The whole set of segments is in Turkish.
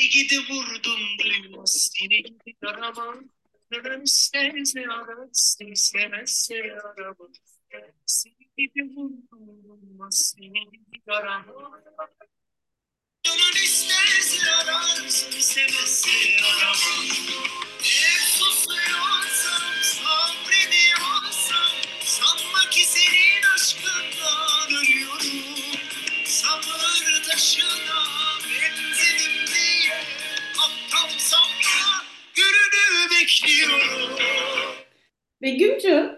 Gidi vurdum duymaz seni gidi arama. Neden isterse aramaz, istemezse aramaz. Seni gidi vurdum duymaz seni gidi arama. Gönül isterse ararsın, istemezse aramaz. Eğer susuyorsam, sabrediyorsam, sanma ki senin aşkından ölüyorum. Sabır taşına benzedim diye aptal sanma, gününü bekliyorum. Begüm'cüğüm,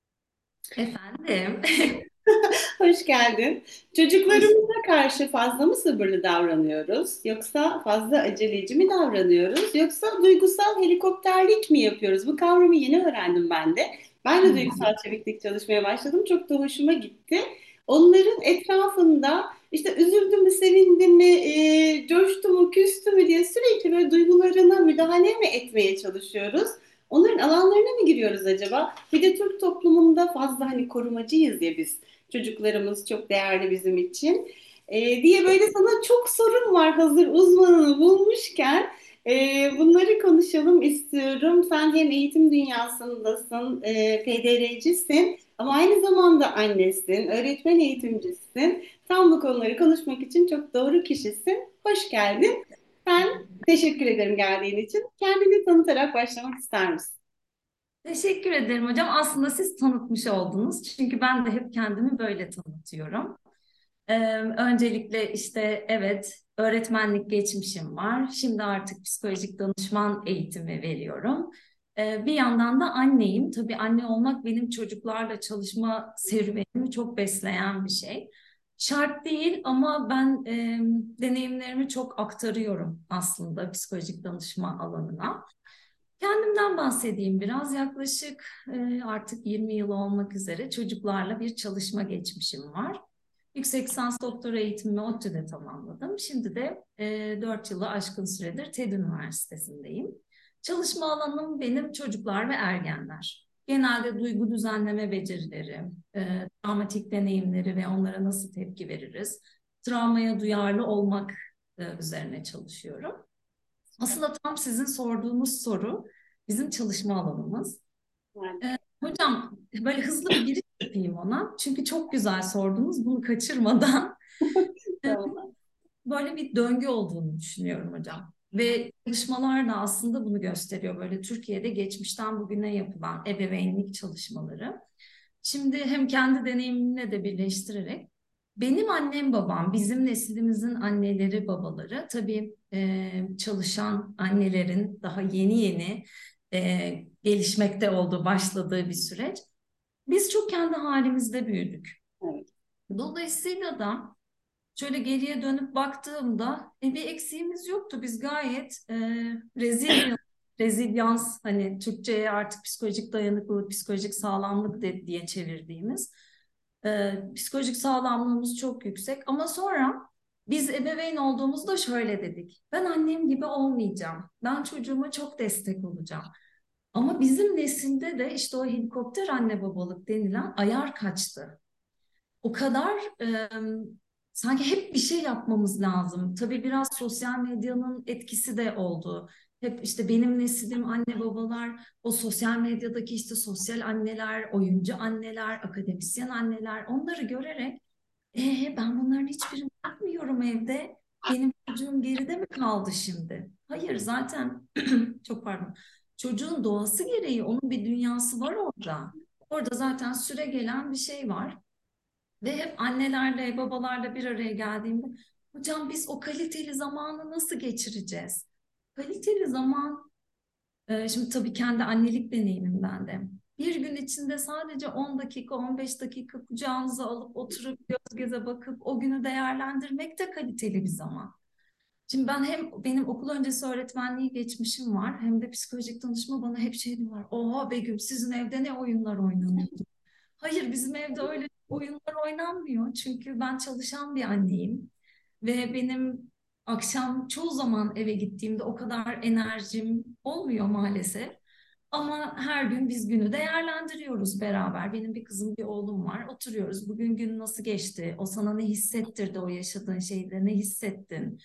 Efendim, hoş geldin. hoş. Çocuklarımıza karşı fazla mı sabırlı davranıyoruz? Yoksa fazla aceleci mi davranıyoruz? Yoksa duygusal helikopterlik mi yapıyoruz? Bu kavramı yeni öğrendim ben de. Ben de duygusal çeviklik çalışmaya başladım. Çok da hoşuma gitti. Onların etrafında işte üzüldü mü, sevindi mi, coştu mu, küstü mü diye sürekli böyle duygularına müdahale mi etmeye çalışıyoruz? Onların alanlarına mı giriyoruz acaba? Bir de Türk toplumunda fazla hani korumacıyız ya biz. Çocuklarımız çok değerli bizim için. Diye böyle sana çok sorun var hazır uzmanını bulmuşken bunları konuşalım istiyorum. Sen hem eğitim dünyasındasın, PDR'cisin ama aynı zamanda annesin, öğretmen eğitimcisin. Tam bu konuları konuşmak için çok doğru kişisin. Hoş geldin. Ben teşekkür ederim geldiğin için. Kendini tanıtarak başlamak ister misin? Teşekkür ederim hocam. Aslında siz tanıtmış oldunuz. Çünkü ben de hep kendimi böyle tanıtıyorum. Öncelikle işte evet öğretmenlik geçmişim var. Şimdi artık psikolojik danışman eğitimi veriyorum. Bir yandan da anneyim. Tabii anne olmak benim çocuklarla çalışma serüvenimi çok besleyen bir şey. Şart değil ama ben deneyimlerimi çok aktarıyorum aslında psikolojik danışma alanına. Kendimden bahsedeyim biraz. Yaklaşık artık 20 yıl olmak üzere çocuklarla bir çalışma geçmişim var. Yüksek lisans doktora eğitimimi ODTÜ'de tamamladım. Şimdi de 4 yılı aşkın süredir TED Üniversitesi'ndeyim. Çalışma alanım benim çocuklar ve ergenler. Genelde duygu düzenleme becerileri, travmatik deneyimleri ve onlara nasıl tepki veririz, travmaya duyarlı olmak üzerine çalışıyorum. Aslında tam sizin sorduğunuz soru bizim çalışma alanımız. Hocam böyle hızlı bir giriş yapayım ona. Çünkü çok güzel sordunuz bunu kaçırmadan. Tamam. Böyle bir döngü olduğunu düşünüyorum hocam. Ve çalışmalar da aslında bunu gösteriyor. Böyle Türkiye'de geçmişten bugüne yapılan ebeveynlik çalışmaları. Şimdi hem kendi deneyimimle de birleştirerek benim annem babam, bizim neslimizin anneleri babaları tabii çalışan annelerin daha yeni yeni gelişmekte olduğu, başladığı bir süreç. Biz çok kendi halimizde büyüdük. Evet. Dolayısıyla da şöyle geriye dönüp baktığımda bir eksiğimiz yoktu. Biz gayet rezilyans hani Türkçe'ye artık psikolojik dayanıklılık, psikolojik sağlamlık diye çevirdiğimiz psikolojik sağlamlığımız çok yüksek. Ama sonra biz ebeveyn olduğumuzda şöyle dedik. Ben annem gibi olmayacağım. Ben çocuğuma çok destek olacağım. Ama bizim nesilde de işte o helikopter anne babalık denilen ayar kaçtı. O kadar sanki hep bir şey yapmamız lazım. Tabii biraz sosyal medyanın etkisi de oldu. Hep işte benim neslim anne babalar, o sosyal medyadaki işte sosyal anneler, oyuncu anneler, akademisyen anneler onları görerek ben bunların hiçbirini yapmıyorum evde. Benim çocuğum geride mi kaldı şimdi? Hayır zaten çok pardon. Çocuğun doğası gereği onun bir dünyası var orada. Orada zaten süre gelen bir şey var. Ve hep annelerle, babalarla bir araya geldiğimde hocam biz o kaliteli zamanı nasıl geçireceğiz? Kaliteli zaman, şimdi tabii kendi annelik deneyimimden de. Bir gün içinde sadece 10 dakika, 15 dakika kucağınıza alıp oturup göz göze bakıp o günü değerlendirmek de kaliteli bir zaman. Şimdi ben hem benim okul öncesi öğretmenliği geçmişim var hem de psikolojik danışma bana hep şey diyorlar. Oha Begüm sizin evde ne oyunlar oynanıyor? Hayır, bizim evde öyle oyunlar oynanmıyor. Çünkü ben çalışan bir anneyim ve benim akşam çoğu zaman eve gittiğimde o kadar enerjim olmuyor maalesef. Ama her gün biz günü değerlendiriyoruz beraber. Benim bir kızım, bir oğlum var. Oturuyoruz. Bugün gün nasıl geçti? O sana ne hissettirdi? O yaşadığın şeyde ne hissettin?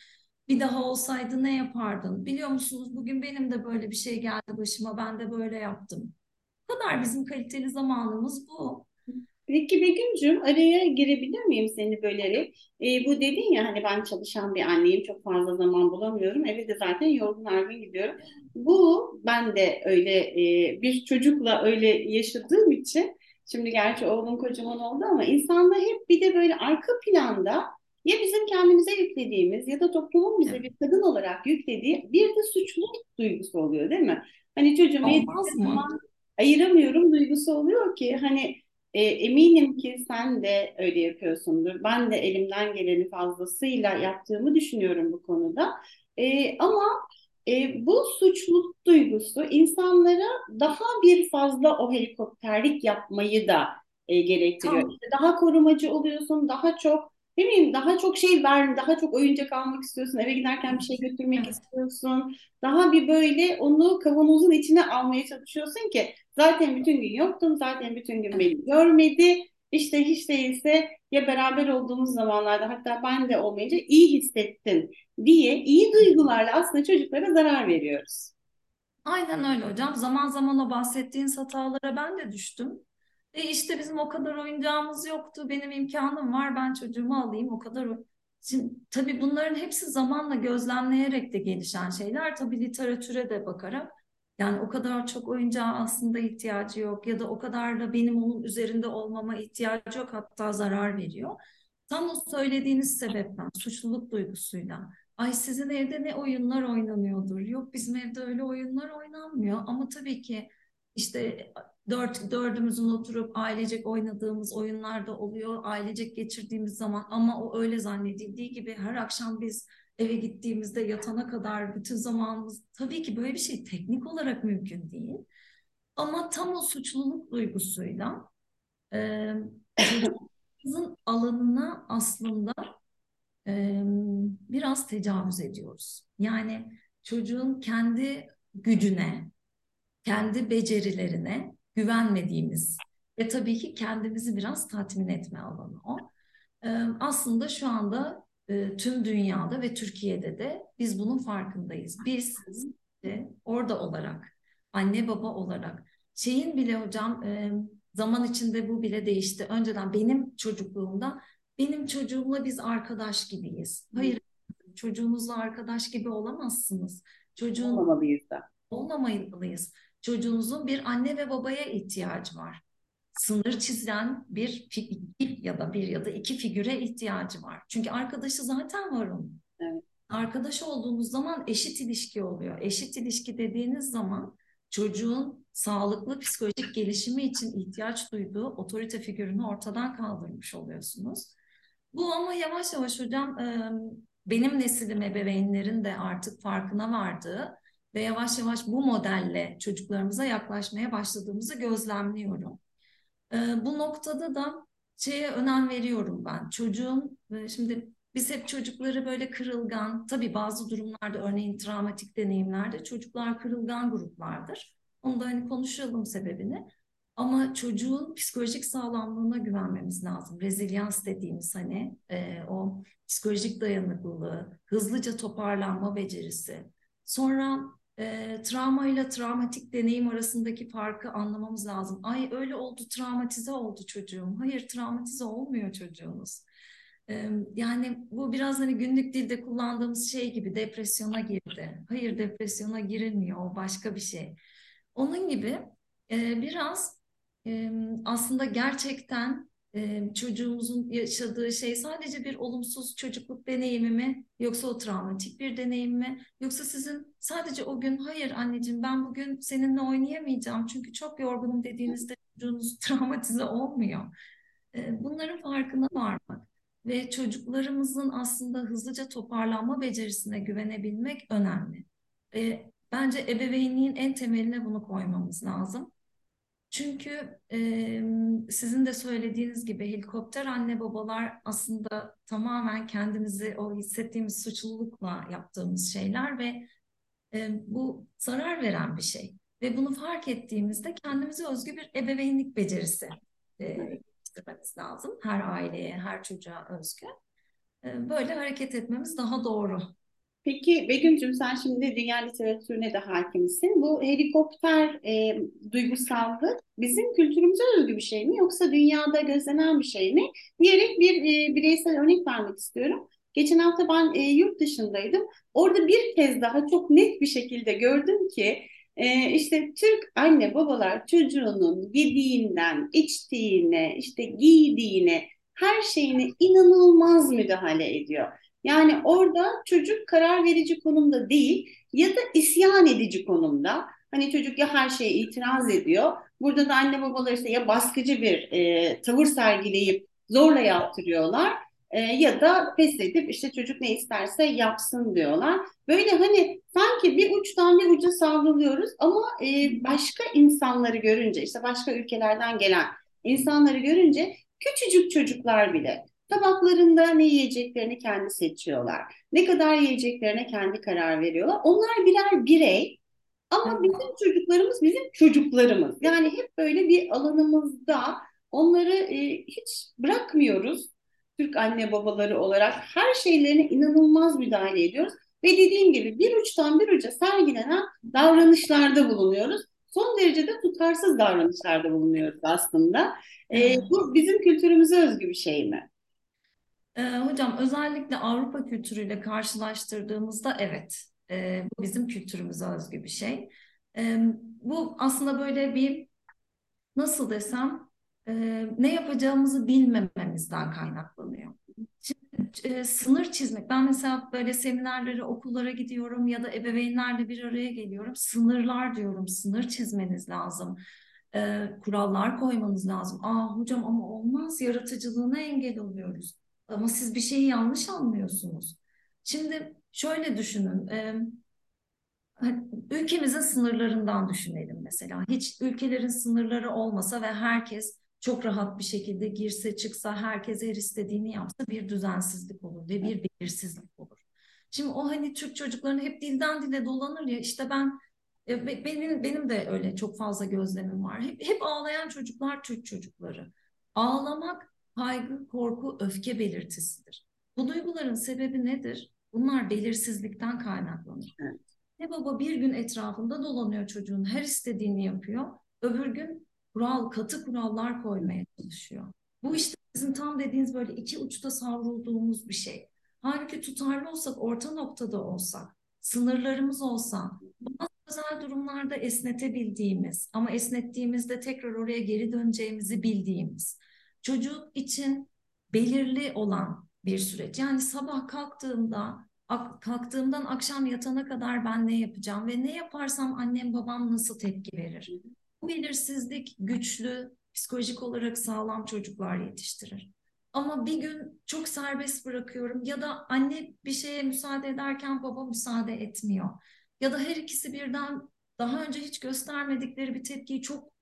Bir daha olsaydı ne yapardın? Biliyor musunuz bugün benim de böyle bir şey geldi başıma. Ben de böyle yaptım. Bu kadar bizim kaliteli zamanımız bu. Peki Begüm'cüm, araya girebilir miyim seni bölerek? Bu dedin ya, hani ben çalışan bir anneyim, çok fazla zaman bulamıyorum. Eve de zaten yorgun argın gidiyorum. Bu ben de öyle bir çocukla öyle yaşadığım için, şimdi gerçi oğlum kocaman oldu ama insanda hep bir de böyle arka planda ya bizim kendimize yüklediğimiz ya da toplumun bize Evet. bir kadın olarak yüklediği bir de suçluluk duygusu oluyor, değil mi? Hani çocuğuma Olmaz yeterince mı? zaman ayıramıyorum duygusu oluyor ki, hani eminim ki sen de öyle yapıyorsundur. Ben de elimden geleni fazlasıyla yaptığımı düşünüyorum bu konuda. Ama bu suçluluk duygusu insanlara daha bir fazla o helikopterlik yapmayı da gerektiriyor. Tam. İşte daha korumacı oluyorsun, daha çok, ne bileyim, daha çok şey ver, daha çok oyuncak almak istiyorsun, eve giderken bir şey götürmek Evet. istiyorsun. Daha bir böyle onu kavanozun içine almaya çalışıyorsun ki zaten bütün gün yoktum, zaten bütün gün Evet. beni görmedi. İşte hiç değilse ya beraber olduğumuz zamanlarda, hatta ben de olmayınca iyi hissettin diye iyi duygularla aslında çocuklara zarar veriyoruz. Aynen öyle hocam. Zaman zaman o bahsettiğiniz hatalara ben de düştüm. İşte bizim o kadar oyuncağımız yoktu. Benim imkanım var. Ben çocuğumu alayım. O kadar. Şimdi tabii bunların hepsi zamanla gözlemleyerek de gelişen şeyler. Tabii literatüre de bakarak. Yani o kadar çok oyuncağa aslında ihtiyacı yok ya da o kadar da benim onun üzerinde olmama ihtiyacı yok. Hatta zarar veriyor. Tam o söylediğiniz sebepten, suçluluk duygusuyla. Ay sizin evde ne oyunlar oynanıyordur? Yok bizim evde öyle oyunlar oynanmıyor. Ama tabii ki işte dördümüzün oturup ailecek oynadığımız oyunlar da oluyor. Ailecek geçirdiğimiz zaman ama o öyle zannedildiği gibi her akşam biz eve gittiğimizde yatana kadar bütün zamanımız tabii ki böyle bir şey teknik olarak mümkün değil. Ama tam o suçluluk duygusuyla e, çocuğumuzun alanına aslında biraz tecavüz ediyoruz. Yani çocuğun kendi gücüne, kendi becerilerine güvenmediğimiz ve tabii ki kendimizi biraz tatmin etme alanı o. Aslında şu anda tüm dünyada ve Türkiye'de de biz bunun farkındayız. Biz orada olarak, anne baba olarak şeyin bile hocam zaman içinde bu bile değişti. Önceden benim çocukluğumda benim çocuğumla biz arkadaş gibiyiz. Hayır, çocuğunuzla arkadaş gibi olamazsınız. Çocuğun Olmamalıyız da. olmamalıyız. Çocuğunuzun bir anne ve babaya ihtiyacı var. Sınır çizilen bir ya da iki figüre ihtiyacı var. Çünkü arkadaşı zaten var onun. Evet. Arkadaş olduğunuz zaman eşit ilişki oluyor. Eşit ilişki dediğiniz zaman çocuğun sağlıklı psikolojik gelişimi için ihtiyaç duyduğu otorite figürünü ortadan kaldırmış oluyorsunuz. Bu ama yavaş yavaş hocam benim nesilim ebeveynlerin de artık farkına vardığı ve yavaş yavaş bu modelle çocuklarımıza yaklaşmaya başladığımızı gözlemliyorum. Bu noktada da şeye önem veriyorum ben. Çocuğun şimdi biz hep çocukları böyle kırılgan, tabii bazı durumlarda örneğin travmatik deneyimlerde çocuklar kırılgan gruplardır. Onu da hani konuşalım sebebini. Ama çocuğun psikolojik sağlamlığına güvenmemiz lazım. Rezilyans dediğimiz hani o psikolojik dayanıklılığı, hızlıca toparlanma becerisi. Sonra travma ile travmatik deneyim arasındaki farkı anlamamız lazım. Ay öyle oldu, travmatize oldu çocuğum. Hayır, travmatize olmuyor çocuğunuz. Yani bu biraz hani günlük dilde kullandığımız şey gibi depresyona girdi. Hayır, depresyona girilmiyor, o başka bir şey. Onun gibi biraz aslında gerçekten çocuğumuzun yaşadığı şey sadece bir olumsuz çocukluk deneyimi mi, yoksa o travmatik bir deneyim mi? Yoksa sizin sadece o gün hayır anneciğim ben bugün seninle oynayamayacağım çünkü çok yorgunum dediğinizde çocuğunuz travmatize olmuyor. Bunların farkına varmak ve çocuklarımızın aslında hızlıca toparlanma becerisine güvenebilmek önemli. Bence ebeveynliğin en temeline bunu koymamız lazım. Çünkü sizin de söylediğiniz gibi helikopter anne babalar aslında tamamen kendimizi o hissettiğimiz suçlulukla yaptığımız şeyler ve bu zarar veren bir şey. Ve bunu fark ettiğimizde kendimize özgü bir ebeveynlik becerisi geliştirmemiz lazım. Her aileye, her çocuğa özgü. Böyle hareket etmemiz daha doğru. Peki Begüm'cüm, sen şimdi dünya literatürüne de hakimsin. Bu helikopter duygusallık bizim kültürümüze özgü bir şey mi, yoksa dünyada gözlenen bir şey mi diyerek bir bireysel örnek vermek istiyorum. Geçen hafta ben yurt dışındaydım. Orada bir kez daha çok net bir şekilde gördüm ki işte Türk anne babalar çocuğunun yediğinden, içtiğine, işte giydiğine, her şeyine inanılmaz müdahale ediyor. Yani orada çocuk karar verici konumda değil ya da isyan edici konumda. Hani çocuk ya her şeye itiraz ediyor. Burada da anne babalar işte ya baskıcı bir tavır sergileyip zorla yaptırıyorlar, ya da pes edip işte çocuk ne isterse yapsın diyorlar. Böyle hani sanki bir uçtan bir uca savruluyoruz ama başka insanları görünce, işte başka ülkelerden gelen insanları görünce küçücük çocuklar bile tabaklarında ne yiyeceklerini kendi seçiyorlar. Ne kadar yiyeceklerine kendi karar veriyorlar. Onlar birer birey ama Evet. bizim çocuklarımız bizim çocuklarımız. Yani hep böyle bir alanımızda onları hiç bırakmıyoruz. Türk anne babaları olarak her şeylerine inanılmaz müdahale ediyoruz. Ve dediğim gibi bir uçtan bir uca sergilenen davranışlarda bulunuyoruz. Son derece de tutarsız davranışlarda bulunuyoruz aslında. Evet. Bu bizim kültürümüze özgü bir şey mi? Hocam özellikle Avrupa kültürüyle karşılaştırdığımızda evet, bu bizim kültürümüze özgü bir şey. Bu aslında böyle bir, nasıl desem, ne yapacağımızı bilmememizden kaynaklanıyor. Şimdi, sınır çizmek. Ben mesela böyle seminerlere, okullara gidiyorum ya da ebeveynlerle bir araya geliyorum. Sınırlar diyorum, sınır çizmeniz lazım. Kurallar koymanız lazım. Aa hocam ama olmaz, yaratıcılığına engel oluyoruz. Ama siz bir şeyi yanlış anlıyorsunuz. Şimdi şöyle düşünün. Hani ülkemizin sınırlarından düşünelim mesela. Hiç ülkelerin sınırları olmasa ve herkes çok rahat bir şekilde girse çıksa, herkes her istediğini yapsa bir düzensizlik olur ve bir belirsizlik olur. Şimdi o hani Türk çocukların hep dilden dile dolanır ya, işte ben benim de öyle çok fazla gözlemim var. Hep ağlayan çocuklar Türk çocukları. Ağlamak kaygı, korku, öfke belirtisidir. Bu duyguların sebebi nedir? Bunlar belirsizlikten kaynaklanır. Ne baba bir gün etrafında dolanıyor, çocuğun her istediğini yapıyor. Öbür gün katı kurallar koymaya çalışıyor. Bu işte sizin tam dediğiniz böyle iki uçta savrulduğumuz bir şey. Halbuki tutarlı olsak, orta noktada olsak, sınırlarımız olsa, bazı özel durumlarda esnetebildiğimiz ama esnettiğimizde tekrar oraya geri döneceğimizi bildiğimiz, çocuk için belirli olan bir süreç. Yani sabah kalktığımdan akşam yatana kadar ben ne yapacağım ve ne yaparsam annem babam nasıl tepki verir? Bu belirsizlik güçlü, psikolojik olarak sağlam çocuklar yetiştirir. Ama bir gün çok serbest bırakıyorum ya da anne bir şeye müsaade ederken baba müsaade etmiyor. Ya da her ikisi birden daha önce hiç göstermedikleri bir tepkiyi çok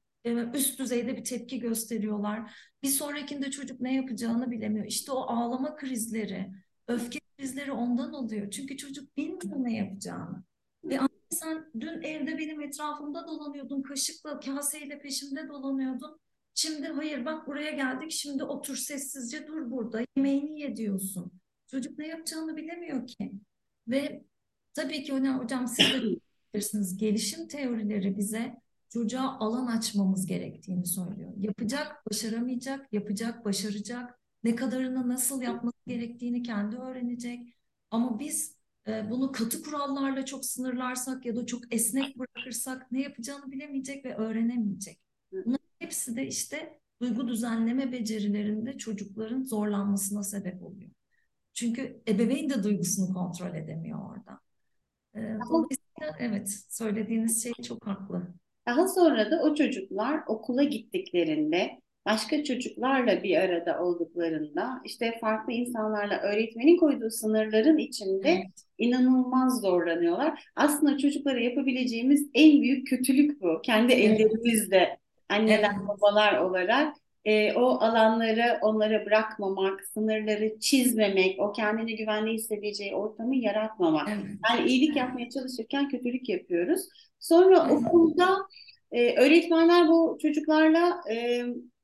üst düzeyde bir tepki gösteriyorlar. Bir sonrakinde çocuk ne yapacağını bilemiyor. İşte o ağlama krizleri, öfke krizleri ondan oluyor. Çünkü çocuk bilmiyor ne yapacağını. Ve anne sen dün evde benim etrafımda dolanıyordun, kaşıkla, kaseyle peşimde dolanıyordun. Şimdi hayır bak buraya geldik, şimdi otur sessizce dur burada, yemeğini ye diyorsun. Çocuk ne yapacağını bilemiyor ki. Ve tabii ki hocam siz de bilirsiniz, gelişim teorileri bize çocuğa alan açmamız gerektiğini söylüyor. Yapacak, başaramayacak, yapacak, başaracak. Ne kadarını nasıl yapması gerektiğini kendi öğrenecek. Ama biz bunu katı kurallarla çok sınırlarsak ya da çok esnek bırakırsak ne yapacağını bilemeyecek ve öğrenemeyecek. Bunların hepsi de işte duygu düzenleme becerilerinde çocukların zorlanmasına sebep oluyor. Çünkü ebeveyn de duygusunu kontrol edemiyor orada. Dolayısıyla evet, söylediğiniz şey çok haklı. Daha sonra da o çocuklar okula gittiklerinde, başka çocuklarla bir arada olduklarında, işte farklı insanlarla öğretmenin koyduğu sınırların içinde Evet, inanılmaz zorlanıyorlar. Aslında çocuklara yapabileceğimiz en büyük kötülük bu. Kendi evet, ellerimizde anneler evet, babalar olarak o alanları onlara bırakmamak, sınırları çizmemek, o kendini güvenli hissedeceği ortamı yaratmamak. evet, Yani iyilik yapmaya çalışırken kötülük yapıyoruz. Sonra evet, okulda öğretmenler bu çocuklarla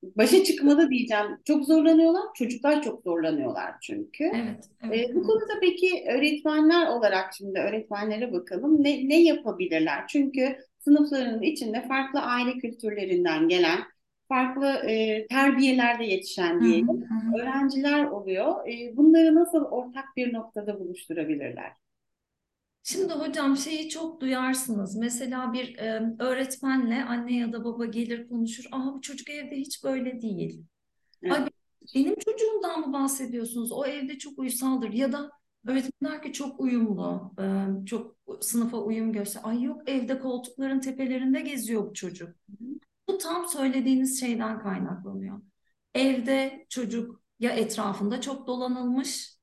Başa çıkmalı diyeceğim. Çok zorlanıyorlar. Çocuklar çok zorlanıyorlar çünkü. Evet, evet, Bu evet. konuda peki öğretmenler olarak şimdi öğretmenlere bakalım. Ne yapabilirler? Çünkü sınıfların içinde farklı aile kültürlerinden gelen, farklı terbiyelerde yetişen Hı hı, diyelim hı hı. öğrenciler oluyor. Bunları nasıl ortak bir noktada buluşturabilirler? Şimdi hocam şeyi çok duyarsınız. Mesela bir öğretmenle anne ya da baba gelir konuşur. Aa, bu çocuk evde hiç böyle değil. Ay, Evet. benim çocuğumdan mı bahsediyorsunuz? O evde çok uysaldır. Ya da öğretmen der ki çok uyumlu, çok sınıfa uyum göster. Ay yok, evde koltukların tepelerinde geziyor bu çocuk. Bu tam söylediğiniz şeyden kaynaklanıyor. Evde çocuk ya etrafında çok dolanılmış,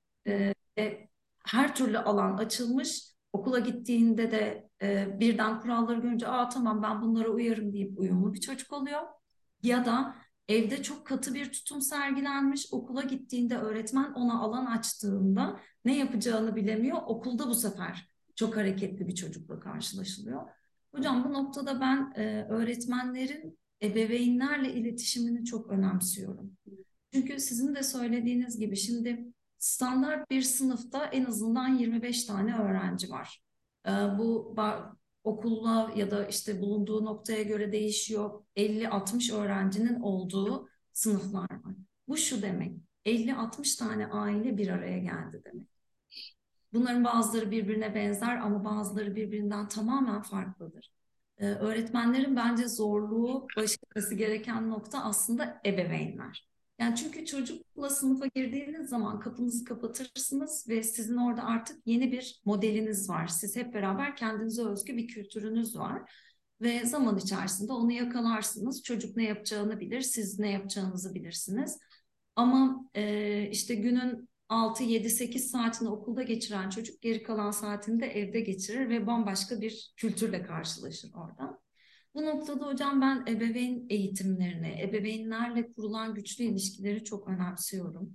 her türlü alan açılmış. Okula gittiğinde de birden kuralları görünce aa tamam ben bunlara uyarım deyip uyumlu bir çocuk oluyor. Ya da evde çok katı bir tutum sergilenmiş. Okula gittiğinde öğretmen ona alan açtığında ne yapacağını bilemiyor. Okulda bu sefer çok hareketli bir çocukla karşılaşılıyor. Hocam bu noktada ben öğretmenlerin ebeveynlerle iletişimini çok önemsiyorum. Çünkü sizin de söylediğiniz gibi şimdi standart bir sınıfta en azından 25 tane öğrenci var. Bu okulla ya da işte bulunduğu noktaya göre değişiyor. 50-60 öğrencinin olduğu sınıflar var. Bu şu demek, 50-60 tane aile bir araya geldi demek. Bunların bazıları birbirine benzer ama bazıları birbirinden tamamen farklıdır. Öğretmenlerin bence zorluğu, baş etmesi gereken nokta aslında ebeveynler. Yani çünkü çocukla sınıfa girdiğiniz zaman kapınızı kapatırsınız ve sizin orada artık yeni bir modeliniz var. Siz hep beraber kendinize özgü bir kültürünüz var. Ve zaman içerisinde onu yakalarsınız. Çocuk ne yapacağını bilir, siz ne yapacağınızı bilirsiniz. Ama işte günün 6, 7, 8 saatini okulda geçiren çocuk geri kalan saatini de evde geçirir ve bambaşka bir kültürle karşılaşır orada. Bu noktada hocam ben ebeveyn eğitimlerini, ebeveynlerle kurulan güçlü ilişkileri çok önemsiyorum.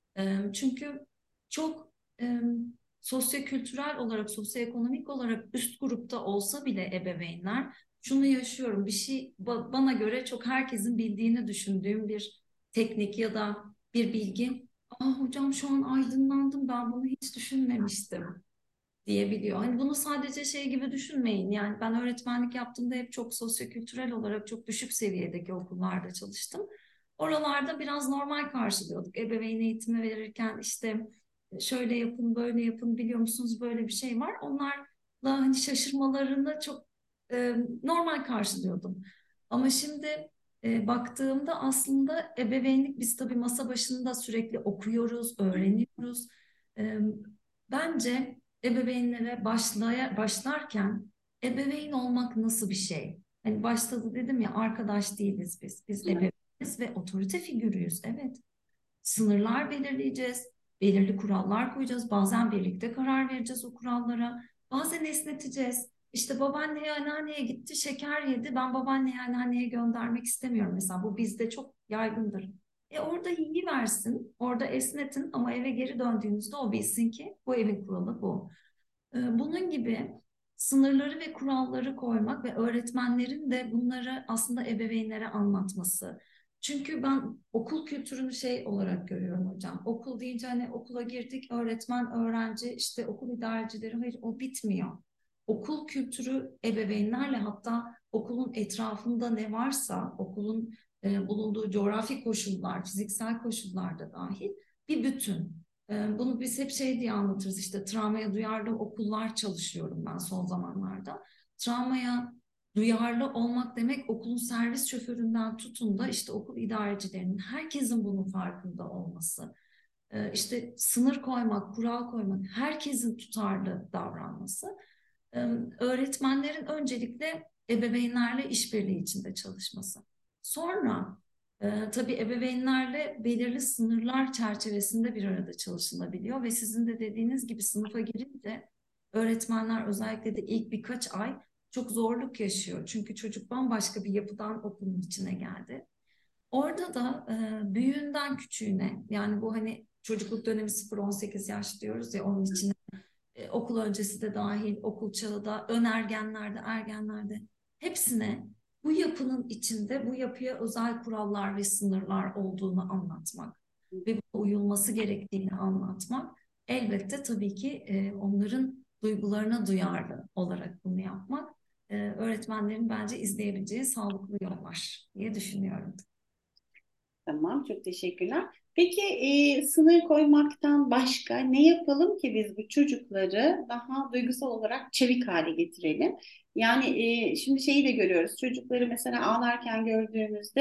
Çünkü çok sosyokültürel olarak, sosyoekonomik olarak üst grupta olsa bile ebeveynler şunu yaşıyorum. Bir şey bana göre çok herkesin bildiğini düşündüğüm bir teknik ya da bir bilgi. Aa hocam şu an aydınlandım, ben bunu hiç düşünmemiştim diyebiliyor. Hani bunu sadece şey gibi düşünmeyin. Yani ben öğretmenlik yaptığımda hep çok sosyokültürel olarak çok düşük seviyedeki okullarda çalıştım. Oralarda biraz normal karşılıyorduk. Ebeveyn eğitimi verirken işte şöyle yapın, böyle yapın, biliyor musunuz böyle bir şey var. Onlarla hani şaşırmalarını çok normal karşılıyordum. Ama şimdi baktığımda aslında ebeveynlik biz tabii masa başında sürekli okuyoruz, öğreniyoruz. E, Bence ebeveynlere başlarken ebeveyn olmak nasıl bir şey? Hani başta da dedim ya arkadaş değiliz biz. Biz ebeveyniz ve otorite figürüyüz. Evet. Sınırlar belirleyeceğiz. Belirli kurallar koyacağız. Bazen birlikte karar vereceğiz o kurallara. Bazen esneteceğiz. İşte babaanneye, anneanneye gitti, şeker yedi. Ben babaanneye, anneanneye göndermek istemiyorum. Mesela bu bizde çok yaygındır. Orada iyi versin, orada esnetin ama eve geri döndüğünüzde o bilsin ki bu evin kuralı bu. Bunun gibi sınırları ve kuralları koymak ve öğretmenlerin de bunları aslında ebeveynlere anlatması. Çünkü ben okul kültürünü şey olarak görüyorum hocam. Okul deyince hani okula girdik, öğretmen, öğrenci, işte okul idarecileri, hayır o bitmiyor. Okul kültürü ebeveynlerle hatta okulun etrafında ne varsa, okulun bulunduğu coğrafi koşullar, fiziksel koşullar da dahil bir bütün. Bunu biz hep şey diye anlatırız işte travmaya duyarlı okullar çalışıyorum ben son zamanlarda. Travmaya duyarlı olmak demek okulun servis şoföründen tutun da işte okul idarecilerinin herkesin bunun farkında olması. İşte sınır koymak, kural koymak, herkesin tutarlı davranması. Öğretmenlerin öncelikle ebeveynlerle işbirliği içinde çalışması. Sonra tabii ebeveynlerle belirli sınırlar çerçevesinde bir arada çalışılabiliyor ve sizin de dediğiniz gibi sınıfa girince öğretmenler özellikle de ilk birkaç ay çok zorluk yaşıyor. Çünkü çocuk bambaşka bir yapıdan okulun içine geldi. Orada da büyüğünden küçüğüne yani bu hani çocukluk dönemi 0-18 yaş diyoruz ya onun içine okul öncesi de dahil, okul çağı da, önergenlerde, ergenlerde hepsine bu yapının içinde bu yapıya özel kurallar ve sınırlar olduğunu anlatmak ve buna uyulması gerektiğini anlatmak, elbette tabii ki onların duygularına duyarlı olarak bunu yapmak öğretmenlerin bence izleyebileceği sağlıklı yollar diye düşünüyorum. Tamam, çok teşekkürler. Peki sınır koymaktan başka ne yapalım ki biz bu çocukları daha duygusal olarak çevik hale getirelim? Yani şimdi şeyi de görüyoruz. Çocukları mesela ağlarken gördüğümüzde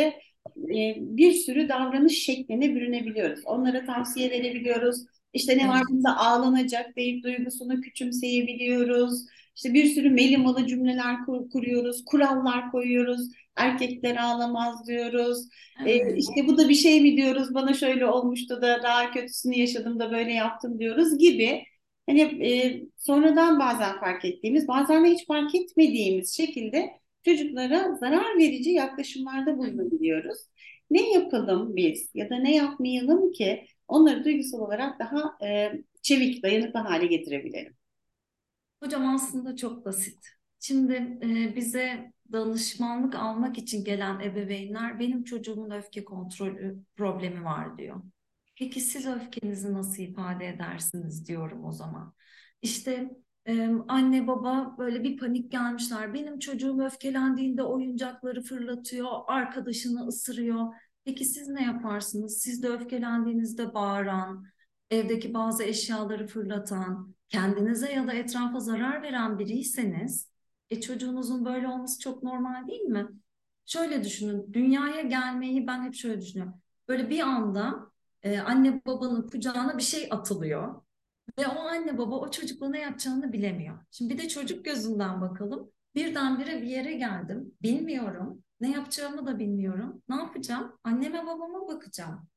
bir sürü davranış şekline bürünebiliyoruz. Onlara tavsiye verebiliyoruz. İşte ne var Evet. bunda ağlanacak deyip duygusunu küçümseyebiliyoruz. İşte bir sürü melimalı cümleler kuruyoruz, kurallar koyuyoruz. Erkekler ağlamaz diyoruz. Evet. İşte bu da bir şey mi diyoruz, bana şöyle olmuştu da daha kötüsünü yaşadım da böyle yaptım diyoruz gibi. Hani sonradan bazen fark ettiğimiz, bazen de hiç fark etmediğimiz şekilde çocuklara zarar verici yaklaşımlarda bulunabiliyoruz. Ne yapalım biz ya da ne yapmayalım ki onları duygusal olarak daha çevik, dayanıklı hale getirebilelim? Hocam aslında çok basit. Şimdi bize danışmanlık almak için gelen ebeveynler benim çocuğumun öfke kontrolü problemi var diyor. Peki siz öfkenizi nasıl ifade edersiniz diyorum o zaman. İşte anne baba böyle bir panik gelmişler. Benim çocuğum öfkelendiğinde oyuncakları fırlatıyor, arkadaşını ısırıyor. Peki siz ne yaparsınız? Siz de öfkelendiğinizde bağıran, evdeki bazı eşyaları fırlatan, kendinize ya da etrafa zarar veren biriyseniz, çocuğunuzun böyle olması çok normal değil mi? Şöyle düşünün, dünyaya gelmeyi ben hep şöyle düşünüyorum. Böyle bir anda anne babanın kucağına bir şey atılıyor ve o anne baba o çocukla ne yapacağını bilemiyor. Şimdi bir de çocuk gözünden bakalım. Birdenbire bir yere geldim, bilmiyorum, ne yapacağımı da bilmiyorum. Ne yapacağım? Anneme babama bakacağım.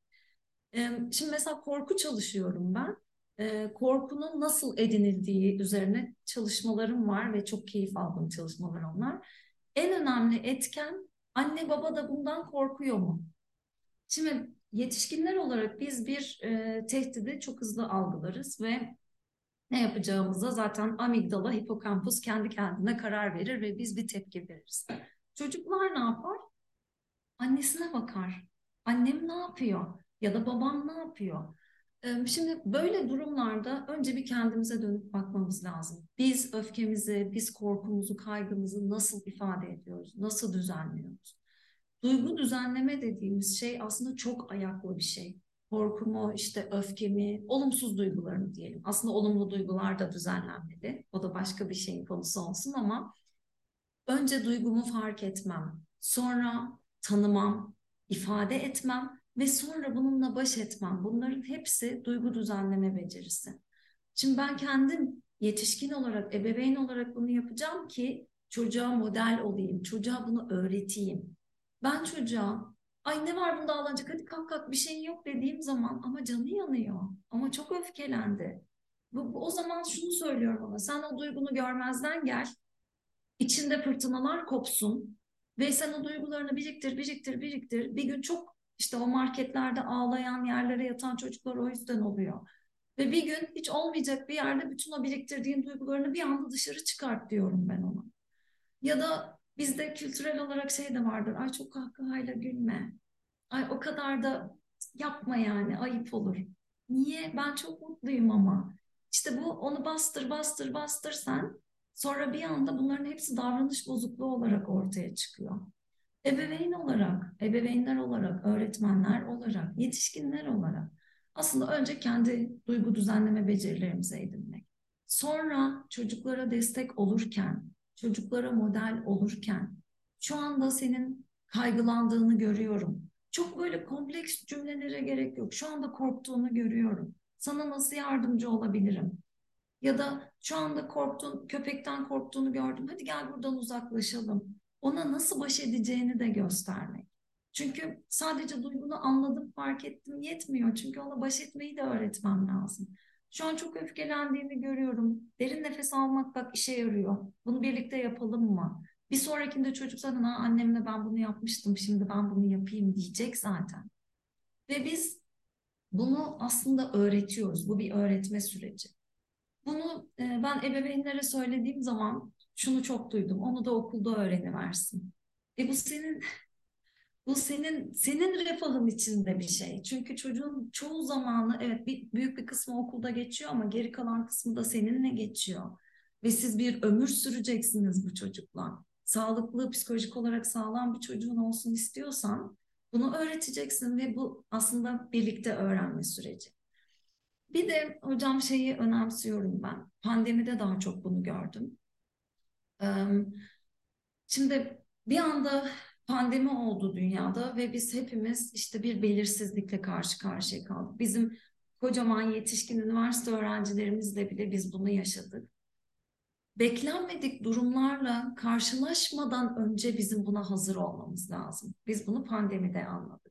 Şimdi mesela korku çalışıyorum ben. Korkunun nasıl edinildiği üzerine çalışmalarım var ve çok keyif aldığım çalışmalar onlar. En önemli etken anne baba da bundan korkuyor mu? Şimdi yetişkinler olarak biz bir tehdidi çok hızlı algılarız ve ne yapacağımıza zaten amigdala, hipokampus kendi kendine karar verir ve biz bir tepki veririz. Çocuklar ne yapar? Annesine bakar. Annem ne yapıyor? Ya da babam ne yapıyor? Şimdi böyle durumlarda önce bir kendimize dönüp bakmamız lazım. Biz öfkemizi, biz korkumuzu, kaygımızı nasıl ifade ediyoruz? Nasıl düzenliyoruz? Duygu düzenleme dediğimiz şey aslında çok ayaklı bir şey. Korkumu, işte öfkemi, olumsuz duygularımı diyelim. Aslında olumlu duygular da düzenlenmeli. O da başka bir şeyin konusu olsun ama önce duygumu fark etmem, sonra tanımam, ifade etmem ve sonra bununla baş etmem. Bunların hepsi duygu düzenleme becerisi. Şimdi ben kendim yetişkin olarak, ebeveyn olarak bunu yapacağım ki çocuğa model olayım, çocuğa bunu öğreteyim. Ben çocuğa, ay ne var bunda ağlanacak, hadi kalk kalk bir şeyin yok dediğim zaman ama canı yanıyor, ama çok öfkelendi. O zaman şunu söylüyorum ona, sen o duygunu görmezden gel, içinde fırtınalar kopsun ve sen o duygularını biriktir, biriktir, biriktir. Bir gün çok işte o marketlerde ağlayan, yerlere yatan çocuklar o yüzden oluyor. Ve bir gün hiç olmayacak bir yerde bütün o biriktirdiğin duygularını bir anda dışarı çıkart diyorum ben ona. Ya da bizde kültürel olarak şey de vardır. Ay çok kahkahayla gülme. Ay o kadar da yapma yani ayıp olur. Niye? Ben çok mutluyum ama. İşte bu onu bastır bastır bastır sen. Sonra bir anda bunların hepsi davranış bozukluğu olarak ortaya çıkıyor. Ebeveyn olarak, ebeveynler olarak, öğretmenler olarak, yetişkinler olarak aslında önce kendi duygu düzenleme becerilerimizi edinmek. Sonra çocuklara destek olurken, çocuklara model olurken, şu anda senin kaygılandığını görüyorum. Çok böyle kompleks cümlelere gerek yok. Şu anda korktuğunu görüyorum. Sana nasıl yardımcı olabilirim? Ya da şu anda köpekten korktuğunu gördüm. Hadi gel buradan uzaklaşalım. Ona nasıl baş edeceğini de göstermek. Çünkü sadece duygunu anladım, fark ettim yetmiyor. Çünkü ona baş etmeyi de öğretmem lazım. Şu an çok öfkelendiğini görüyorum. Derin nefes almak bak işe yarıyor. Bunu birlikte yapalım mı? Bir sonrakinde çocuk zaten annemle ben bunu yapmıştım, şimdi ben bunu yapayım diyecek zaten. Ve biz bunu aslında öğretiyoruz. Bu bir öğretme süreci. Bunu ben ebeveynlere söylediğim zaman şunu çok duydum. Onu da okulda öğreniversin. Bu senin refahın içinde bir şey. Çünkü çocuğun çoğu zamanı, evet, büyük bir kısmı okulda geçiyor ama geri kalan kısmı da seninle geçiyor. Ve siz bir ömür süreceksiniz bu çocukla. Sağlıklı, psikolojik olarak sağlam bir çocuğun olsun istiyorsan bunu öğreteceksin ve bu aslında birlikte öğrenme süreci. Bir de hocam şeyi önemsiyorum ben. Pandemide daha çok bunu gördüm. Şimdi bir anda pandemi oldu dünyada ve biz hepimiz işte bir belirsizlikle karşı karşıya kaldık. Bizim kocaman yetişkin üniversite öğrencilerimizle bile biz bunu yaşadık. Beklenmedik durumlarla karşılaşmadan önce bizim buna hazır olmamız lazım. Biz bunu pandemide anladık.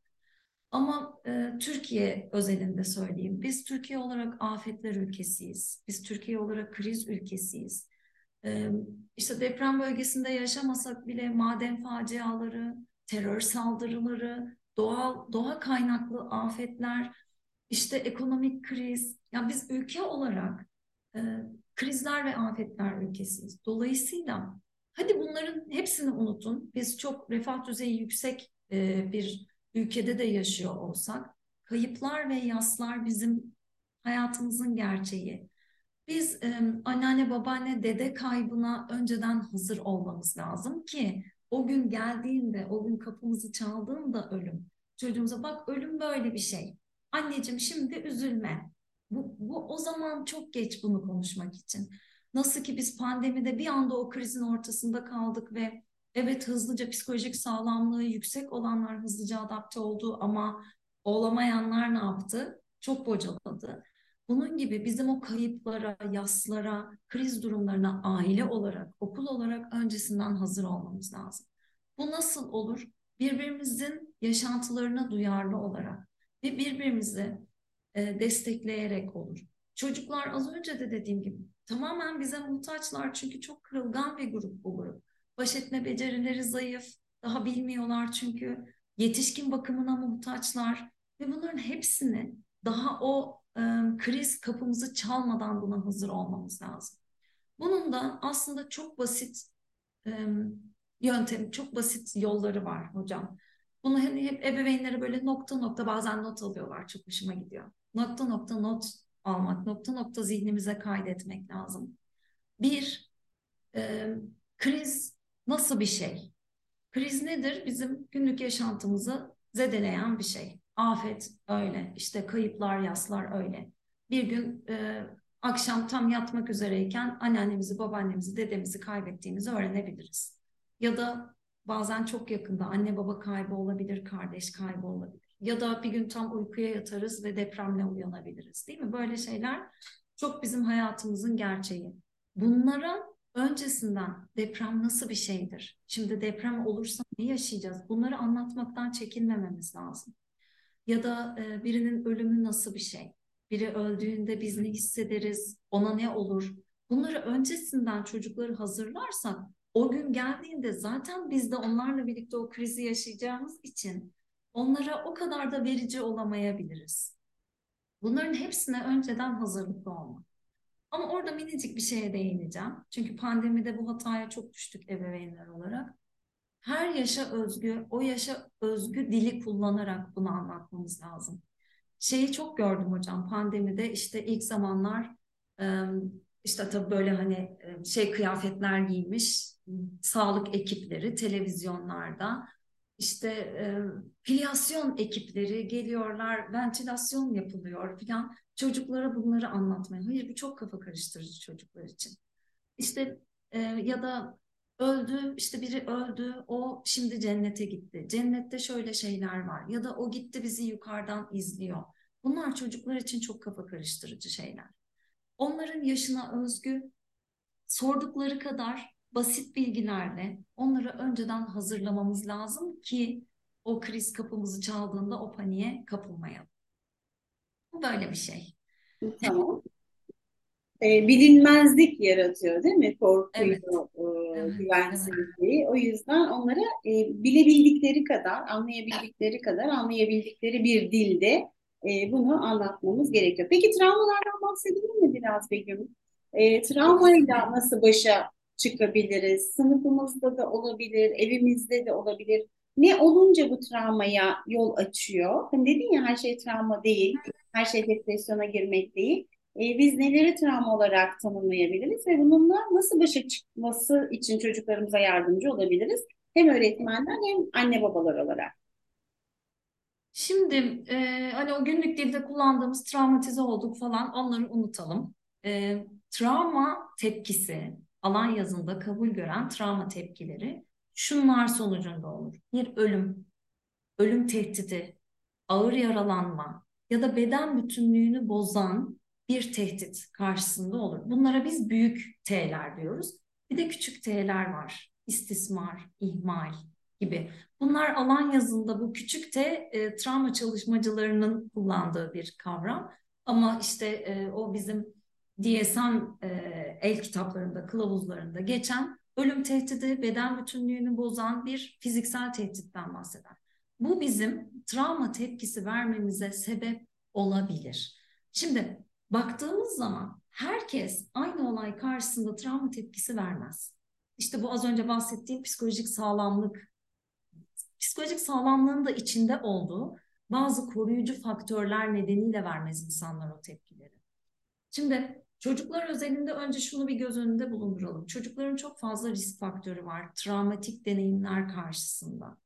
Ama Türkiye özelinde söyleyeyim. Biz Türkiye olarak afetler ülkesiyiz. Biz Türkiye olarak kriz ülkesiyiz. E, işte deprem bölgesinde yaşamasak bile maden faciaları, terör saldırıları, doğa kaynaklı afetler, işte ekonomik kriz. Ya biz ülke olarak e, krizler ve afetler ülkesiyiz. Dolayısıyla hadi bunların hepsini unutun. Biz çok refah düzeyi yüksek bir ülkede de yaşıyor olsak, kayıplar ve yaslar bizim hayatımızın gerçeği. Biz anneanne, babaanne, dede kaybına önceden hazır olmamız lazım ki o gün geldiğinde, o gün kapımızı çaldığında ölüm, çocuğumuza bak ölüm böyle bir şey. Anneciğim şimdi üzülme. Bu o zaman çok geç bunu konuşmak için. Nasıl ki biz pandemide bir anda o krizin ortasında kaldık ve evet, hızlıca psikolojik sağlamlığı yüksek olanlar hızlıca adapte oldu ama olamayanlar ne yaptı? Çok bocaladı. Bunun gibi bizim o kayıplara, yaslara, kriz durumlarına aile olarak, okul olarak öncesinden hazır olmamız lazım. Bu nasıl olur? Birbirimizin yaşantılarına duyarlı olarak ve birbirimizi destekleyerek olur. Çocuklar az önce de dediğim gibi tamamen bize muhtaçlar çünkü çok kırılgan bir grup bu grup. Baş etme becerileri zayıf, daha bilmiyorlar çünkü yetişkin bakımına muhtaçlar ve bunların hepsini daha o kriz kapımızı çalmadan buna hazır olmamız lazım. Bunun da aslında çok basit e, yöntemi, çok basit yolları var hocam. Bunu hani hep ebeveynlere böyle nokta nokta bazen not alıyorlar. Çok hoşuma gidiyor. Nokta nokta not almak, nokta nokta zihnimize kaydetmek lazım. Bir, e, kriz nasıl bir şey? Kriz nedir? Bizim günlük yaşantımızı zedeleyen bir şey. Afet öyle, işte kayıplar, yaslar öyle. Bir gün akşam tam yatmak üzereyken anneannemizi, babaannemizi, dedemizi kaybettiğimizi öğrenebiliriz. Ya da bazen çok yakında anne baba kaybı olabilir, kardeş kaybı olabilir. Ya da bir gün tam uykuya yatarız ve depremle uyanabiliriz, değil mi? Böyle şeyler çok bizim hayatımızın gerçeği. Bunlara öncesinden deprem nasıl bir şeydir? Şimdi deprem olursa ne yaşayacağız? Bunları anlatmaktan çekinmememiz lazım. Ya da birinin ölümü nasıl bir şey? Biri öldüğünde biz ne hissederiz? Ona ne olur? Bunları öncesinden çocukları hazırlarsak o gün geldiğinde zaten biz de onlarla birlikte o krizi yaşayacağımız için onlara o kadar da verici olamayabiliriz. Bunların hepsine önceden hazırlıklı olmak. Ama orada minicik bir şeye değineceğim. Çünkü pandemide bu hataya çok düştük ebeveynler olarak. Her yaşa özgü, o yaşa özgü dili kullanarak bunu anlatmamız lazım. Şeyi çok gördüm hocam pandemide işte ilk zamanlar işte tabii böyle hani şey kıyafetler giymiş sağlık ekipleri televizyonlarda işte filyasyon ekipleri geliyorlar, ventilasyon yapılıyor falan. Çocuklara bunları anlatmaya. Hayır, bu çok kafa karıştırıcı çocuklar için. İşte ya da öldü, işte biri öldü, o şimdi cennete gitti. Cennette şöyle şeyler var. Ya da o gitti bizi yukarıdan izliyor. Bunlar çocuklar için çok kafa karıştırıcı şeyler. Onların yaşına özgü sordukları kadar basit bilgilerle onları önceden hazırlamamız lazım ki o kriz kapımızı çaldığında o paniğe kapılmayalım. Bu böyle bir şey. Tamam. Bilinmezlik yaratıyor değil mi? Korkuyu, Evet, evet, evet. güvensizliği. O yüzden onlara bilebildikleri kadar, anlayabildikleri kadar, anlayabildikleri bir dilde bunu anlatmamız gerekiyor. Peki travmalardan bahsedelim mi biraz Begüm? Travmayla Kesinlikle. nasıl başa çıkabiliriz. Sınıfımızda da olabilir, evimizde de olabilir. Ne olunca bu travmaya yol açıyor? Hani dedin ya, her şey travma değil, her şey depresyona girmek değil. Biz neleri travma olarak tanımlayabiliriz ve bununla nasıl başa çıkması için çocuklarımıza yardımcı olabiliriz? Hem öğretmenler hem anne babalar olarak. Şimdi hani o günlük dilde kullandığımız travmatize olduk falan onları unutalım. Travma tepkisi, alan yazında kabul gören travma tepkileri şunlar sonucunda olur. Bir ölüm, ölüm tehdidi, ağır yaralanma ya da beden bütünlüğünü bozan bir tehdit karşısında olur. Bunlara biz büyük T'ler diyoruz. Bir de küçük T'ler var. İstismar, ihmal gibi. Bunlar alan yazında bu küçük T travma çalışmacılarının kullandığı bir kavram. Ama işte o bizim DSM el kitaplarında, kılavuzlarında geçen ölüm tehdidi, beden bütünlüğünü bozan bir fiziksel tehditten bahseder. Bu bizim travma tepkisi vermemize sebep olabilir. Şimdi baktığımız zaman herkes aynı olay karşısında travma tepkisi vermez. İşte bu az önce bahsettiğim psikolojik sağlamlık, psikolojik sağlamlığın da içinde olduğu bazı koruyucu faktörler nedeniyle vermez insanlar o tepkileri. Şimdi çocuklar özelinde önce şunu bir göz önünde bulunduralım. Çocukların çok fazla risk faktörü var travmatik deneyimler karşısında.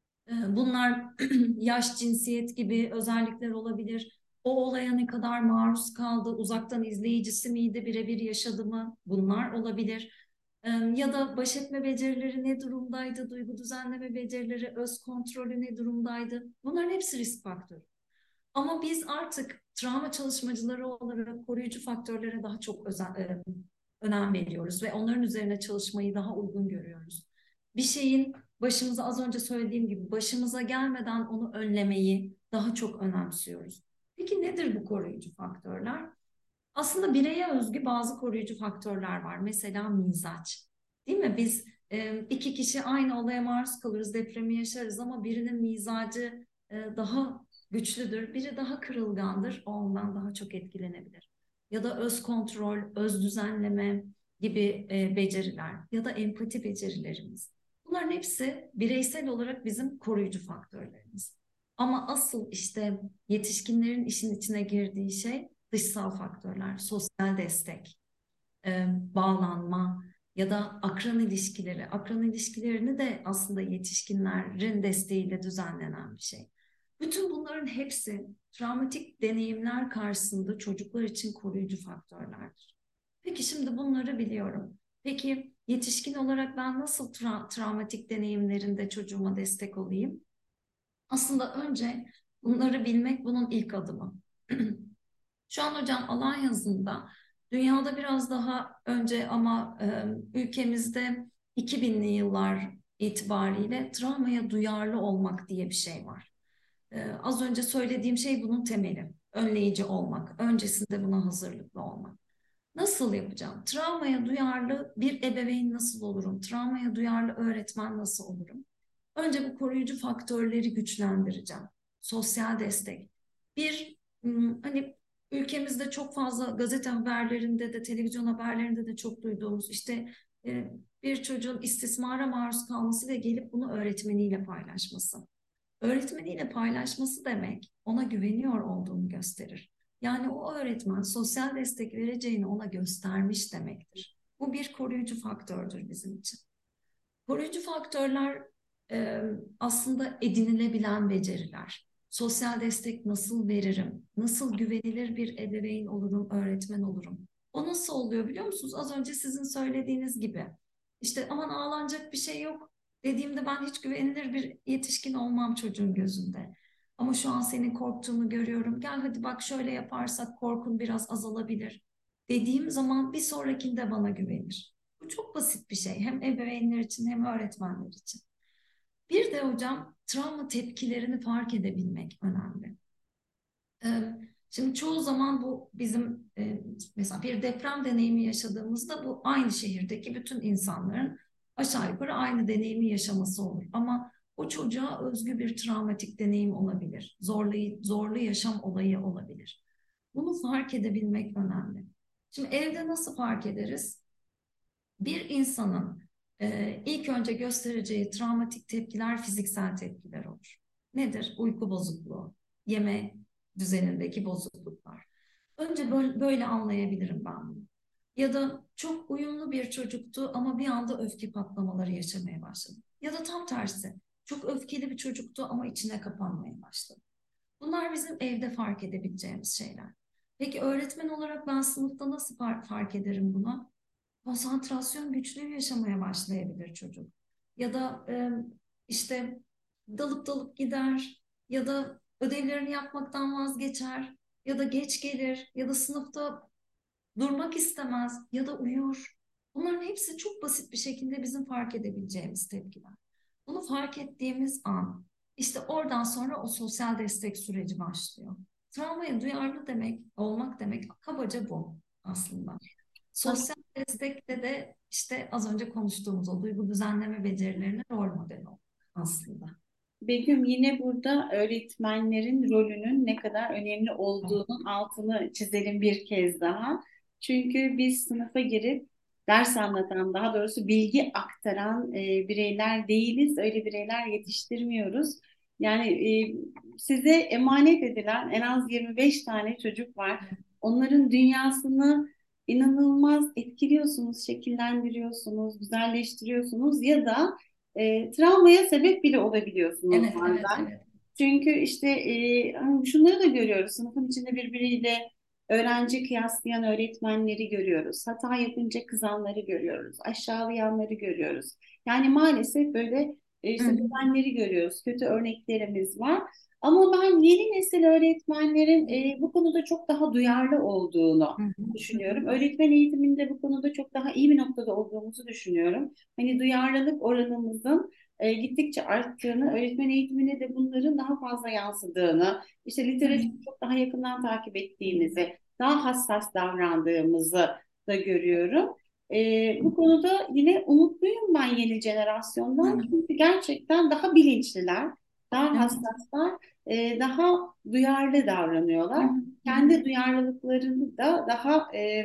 Bunlar yaş, cinsiyet gibi özellikler olabilir. O olaya ne kadar maruz kaldı, uzaktan izleyicisi miydi, birebir yaşadı mı? Bunlar olabilir. Ya da baş etme becerileri ne durumdaydı, duygu düzenleme becerileri, öz kontrolü ne durumdaydı? Bunların hepsi risk faktörü. Ama biz artık travma çalışmacıları olarak koruyucu faktörlere daha çok önem veriyoruz ve onların üzerine çalışmayı daha uygun görüyoruz. Bir şeyin başımıza az önce söylediğim gibi başımıza gelmeden onu önlemeyi daha çok önemsiyoruz. Peki nedir bu koruyucu faktörler? Aslında bireye özgü bazı koruyucu faktörler var. Mesela mizaç. Değil mi? Biz iki kişi aynı olaya maruz kalırız, depremi yaşarız ama birinin mizacı daha güçlüdür, biri daha kırılgandır, o ondan daha çok etkilenebilir. Ya da öz kontrol, öz düzenleme gibi beceriler ya da empati becerilerimiz. Bunların hepsi bireysel olarak bizim koruyucu faktörlerimiz. Ama asıl işte yetişkinlerin işin içine girdiği şey dışsal faktörler, sosyal destek, bağlanma ya da akran ilişkileri. Akran ilişkilerini de aslında yetişkinlerin desteğiyle düzenlenen bir şey. Bütün bunların hepsi travmatik deneyimler karşısında çocuklar için koruyucu faktörlerdir. Peki şimdi bunları biliyorum. Peki yetişkin olarak ben nasıl travmatik deneyimlerinde çocuğuma destek olayım? Aslında önce bunları bilmek bunun ilk adımı. Şu an hocam alan yazında dünyada biraz daha önce ama ülkemizde 2000'li yıllar itibariyle travmaya duyarlı olmak diye bir şey var. Az önce söylediğim şey bunun temeli. Önleyici olmak, öncesinde buna hazırlıklı olmak. Nasıl yapacağım? Travmaya duyarlı bir ebeveyn nasıl olurum? Travmaya duyarlı öğretmen nasıl olurum? Önce bu koruyucu faktörleri güçlendireceğim. Sosyal destek. Bir, hani ülkemizde çok fazla gazete haberlerinde de televizyon haberlerinde de çok duyduğumuz işte bir çocuğun istismara maruz kalması ve gelip bunu öğretmeniyle paylaşması. Öğretmeniyle paylaşması demek ona güveniyor olduğunu gösterir. Yani o öğretmen sosyal destek vereceğini ona göstermiş demektir. Bu bir koruyucu faktördür bizim için. Koruyucu faktörler aslında edinilebilen beceriler. Sosyal destek nasıl veririm? Nasıl güvenilir bir ebeveyn olurum, öğretmen olurum? O nasıl oluyor biliyor musunuz? Az önce sizin söylediğiniz gibi. İşte aman ağlanacak bir şey yok dediğimde ben hiç güvenilir bir yetişkin olmam çocuğun gözünde. Ama şu an senin korktuğunu görüyorum. Gel hadi bak şöyle yaparsak korkun biraz azalabilir. Dediğim zaman bir sonrakinde bana güvenir. Bu çok basit bir şey. Hem ebeveynler için hem öğretmenler için. Bir de hocam travma tepkilerini fark edebilmek önemli. Şimdi çoğu zaman bu bizim mesela bir deprem deneyimi yaşadığımızda bu aynı şehirdeki bütün insanların aşağı yukarı aynı deneyimi yaşaması olur. Ama o çocuğa özgü bir travmatik deneyim olabilir. Zorlu yaşam olayı olabilir. Bunu fark edebilmek önemli. Şimdi evde nasıl fark ederiz? Bir insanın ilk önce göstereceği travmatik tepkiler fiziksel tepkiler olur. Nedir? Uyku bozukluğu, yeme düzenindeki bozukluklar. Önce böyle anlayabilirim ben bunu. Ya da çok uyumlu bir çocuktu ama bir anda öfke patlamaları yaşamaya başladı. Ya da tam tersi, çok öfkeli bir çocuktu ama içine kapanmaya başladı. Bunlar bizim evde fark edebileceğimiz şeyler. Peki öğretmen olarak ben sınıfta nasıl fark ederim bunu? Konsantrasyon güçlüğü yaşamaya başlayabilir çocuk. Ya da işte dalıp dalıp gider ya da ödevlerini yapmaktan vazgeçer ya da geç gelir ya da sınıfta durmak istemez ya da uyur. Bunların hepsi çok basit bir şekilde bizim fark edebileceğimiz tepkiler. Bunu fark ettiğimiz an işte oradan sonra o sosyal destek süreci başlıyor. Travmaya duyarlı demek, olmak demek kabaca bu aslında. Sosyal destekte de işte az önce konuştuğumuz o duygu düzenleme becerilerine rol model olmak aslında. Begüm, yine burada öğretmenlerin rolünün ne kadar önemli olduğunun altını çizelim bir kez daha. Çünkü biz sınıfa girip ders anlatan, daha doğrusu bilgi aktaran bireyler değiliz. Öyle bireyler yetiştirmiyoruz. Yani size emanet edilen en az 25 tane çocuk var. Onların dünyasını inanılmaz etkiliyorsunuz, şekillendiriyorsunuz, güzelleştiriyorsunuz ya da travmaya sebep bile olabiliyorsunuz Evet, evet, bazen. evet. Çünkü işte hani şunları da görüyoruz. Sınıfın içinde birbiriyle öğrenci kıyaslayan öğretmenleri görüyoruz. Hata yapınca kızanları görüyoruz. Aşağılayanları görüyoruz. Yani maalesef böyle Hı işte hı. düzenleri görüyoruz. Kötü örneklerimiz var. Ama ben yeni nesil öğretmenlerin bu konuda çok daha duyarlı olduğunu Hı hı. Hı hı. düşünüyorum. Öğretmen eğitiminde bu konuda çok daha iyi bir noktada olduğumuzu düşünüyorum. Hani duyarlılık oranımızın gittikçe arttığını, öğretmen eğitimine de bunların daha fazla yansıdığını, işte Hı hı. literatürü çok daha yakından takip ettiğimizi, daha hassas davrandığımızı da görüyorum. Bu konuda yine umutluyum ben yeni Hı jenerasyondan. hı. Çünkü gerçekten daha bilinçliler, daha Evet. hassaslar, daha duyarlı Hı davranıyorlar. hı. Hı hı. Kendi duyarlılıklarını da daha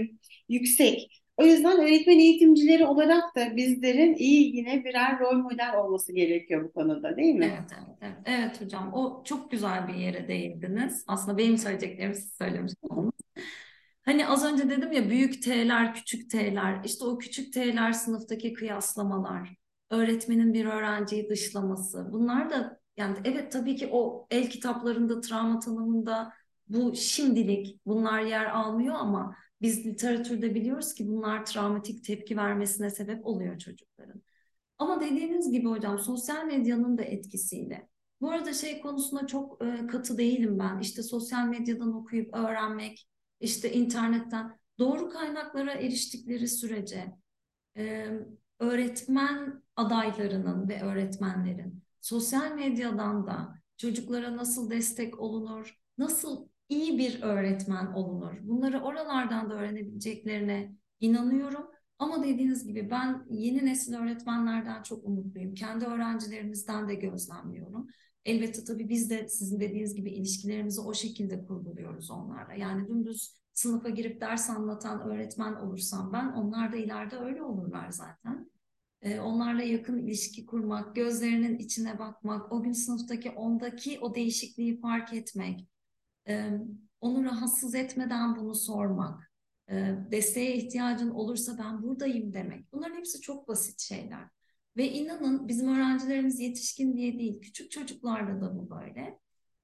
yüksek. O yüzden öğretmen eğitimcileri olarak da bizlerin iyi yine birer rol model olması gerekiyor bu konuda, değil mi? Evet, evet, evet. Evet hocam, o çok güzel bir yere değindiniz. Aslında benim söyleyeceklerimi siz söylemiş oldunuz. Hani az önce dedim ya büyük T'ler, küçük T'ler, işte o küçük T'ler sınıftaki kıyaslamalar, öğretmenin bir öğrenciyi dışlaması. Bunlar da yani evet tabii ki o el kitaplarında, travma tanımında bu şimdilik bunlar yer almıyor ama biz literatürde biliyoruz ki bunlar travmatik tepki vermesine sebep oluyor çocukların. Ama dediğiniz gibi hocam sosyal medyanın da etkisiyle. Bu arada şey konusunda çok katı değilim ben. İşte sosyal medyadan okuyup öğrenmek, işte internetten doğru kaynaklara eriştikleri sürece e, öğretmen adaylarının ve öğretmenlerin sosyal medyadan da çocuklara nasıl destek olunur, nasıl iyi bir öğretmen olunur, bunları oralardan da öğrenebileceklerine inanıyorum. Ama dediğiniz gibi ben yeni nesil öğretmenlerden çok umutluyum. Kendi öğrencilerimizden de gözlemliyorum. Elbette tabii biz de sizin dediğiniz gibi ilişkilerimizi o şekilde kurguluyoruz onlarla. Yani dümdüz sınıfa girip ders anlatan öğretmen olursam ben, onlar da ileride öyle olurlar zaten. Onlarla yakın ilişki kurmak, gözlerinin içine bakmak, o gün sınıftaki ondaki o değişikliği fark etmek, e, onu rahatsız etmeden bunu sormak, desteğe ihtiyacın olursa ben buradayım demek. Bunların hepsi çok basit şeyler. Ve inanın bizim öğrencilerimiz yetişkin diye değil, küçük çocuklarda da bu böyle.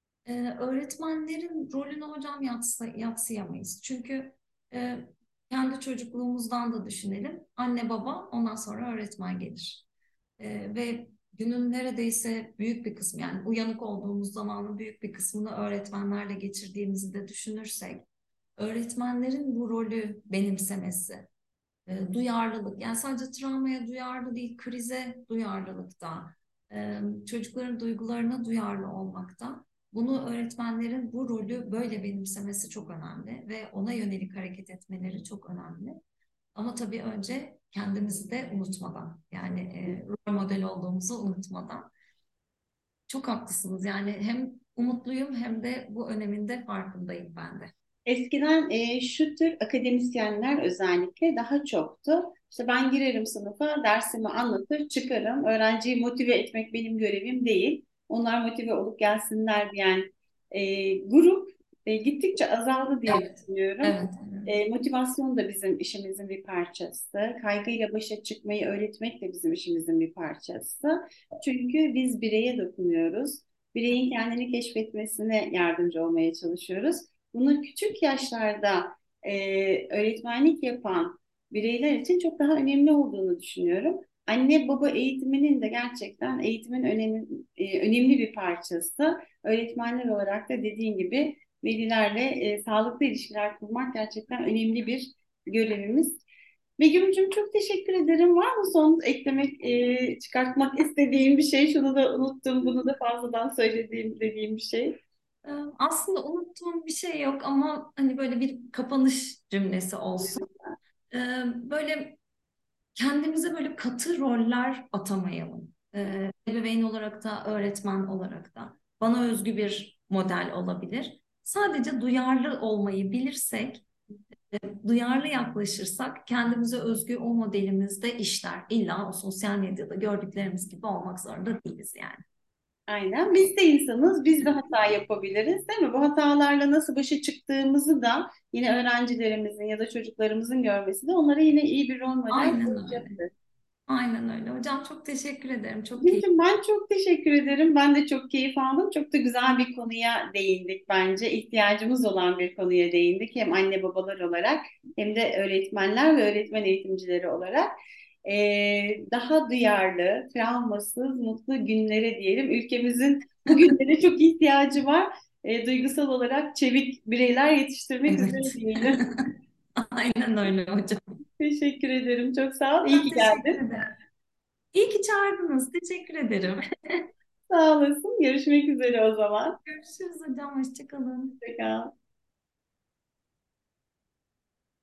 Öğretmenlerin rolünü hocam yadsıyamayız. Çünkü e, kendi çocukluğumuzdan da düşünelim. Anne baba ondan sonra öğretmen gelir. Ve günün neredeyse büyük bir kısmı yani uyanık olduğumuz zamanın büyük bir kısmını öğretmenlerle geçirdiğimizi de düşünürsek öğretmenlerin bu rolü benimsemesi, duyarlılık yani sadece travmaya duyarlı değil krize duyarlılıkta, çocukların duygularına duyarlı olmakta. Bunu öğretmenlerin bu rolü böyle benimsemesi çok önemli ve ona yönelik hareket etmeleri çok önemli. Ama tabii önce kendimizi de unutmadan yani rol model olduğumuzu unutmadan. Çok haklısınız yani hem umutluyum hem de bu öneminde farkındayım ben de. Eskiden şu tür akademisyenler özellikle daha çoktu. İşte ben girerim sınıfa, dersimi anlatır, çıkarım. Öğrenciyi motive etmek benim görevim değil. Onlar motive olup gelsinler diyen grup gittikçe azaldı diye Evet, düşünüyorum. evet, evet. Motivasyon da bizim işimizin bir parçası. Kaygıyla başa çıkmayı öğretmek de bizim işimizin bir parçası. Çünkü biz bireye dokunuyoruz. Bireyin kendini keşfetmesine yardımcı olmaya çalışıyoruz. Bunun küçük yaşlarda öğretmenlik yapan bireyler için çok daha önemli olduğunu düşünüyorum. Anne baba eğitiminin de gerçekten eğitimin önemli bir parçası. Öğretmenler olarak da dediğin gibi velilerle sağlıklı ilişkiler kurmak gerçekten önemli bir görevimiz. Begüm'cüm çok teşekkür ederim. Var mı son eklemek, çıkartmak istediğim bir şey? Şunu da unuttum, bunu da fazladan söylediğim dediğim bir şey. Aslında unuttuğum bir şey yok ama hani böyle bir kapanış cümlesi olsun. Ee, Böyle kendimize böyle katı roller atamayalım. Ebeveyn olarak da, öğretmen olarak da. Bana özgü bir model olabilir. Sadece duyarlı olmayı bilirsek, duyarlı yaklaşırsak kendimize özgü o modelimiz de işler. İlla o sosyal medyada gördüklerimiz gibi olmak zorunda değiliz yani. Aynen. Biz de insanız. Biz de hata yapabiliriz, değil mi? Bu hatalarla nasıl başa çıktığımızı da yine öğrencilerimizin ya da çocuklarımızın görmesi de onlara yine iyi bir rol model Aynen öyle. olacaktır. Aynen öyle. Hocam çok teşekkür ederim. Çok keyifli. Gülcüm, ben çok teşekkür ederim. Ben de çok keyif aldım. Çok da güzel bir konuya değindik bence. İhtiyacımız olan bir konuya değindik. Hem anne babalar olarak hem de öğretmenler ve öğretmen eğitimcileri olarak. Daha duyarlı, travmasız, mutlu günlere diyelim. Ülkemizin bu günlere çok ihtiyacı var. Duygusal olarak çevik bireyler yetiştirmek üzere Evet. diyelim. Aynen öyle hocam. Teşekkür ederim. Çok sağ ol. İyi Ben ki teşekkür geldin. ederim. İyi ki çağırdınız. Teşekkür ederim. Sağ olasın. Görüşmek üzere o zaman. Görüşürüz hocam. Hoşça kalın. Hoşça kal.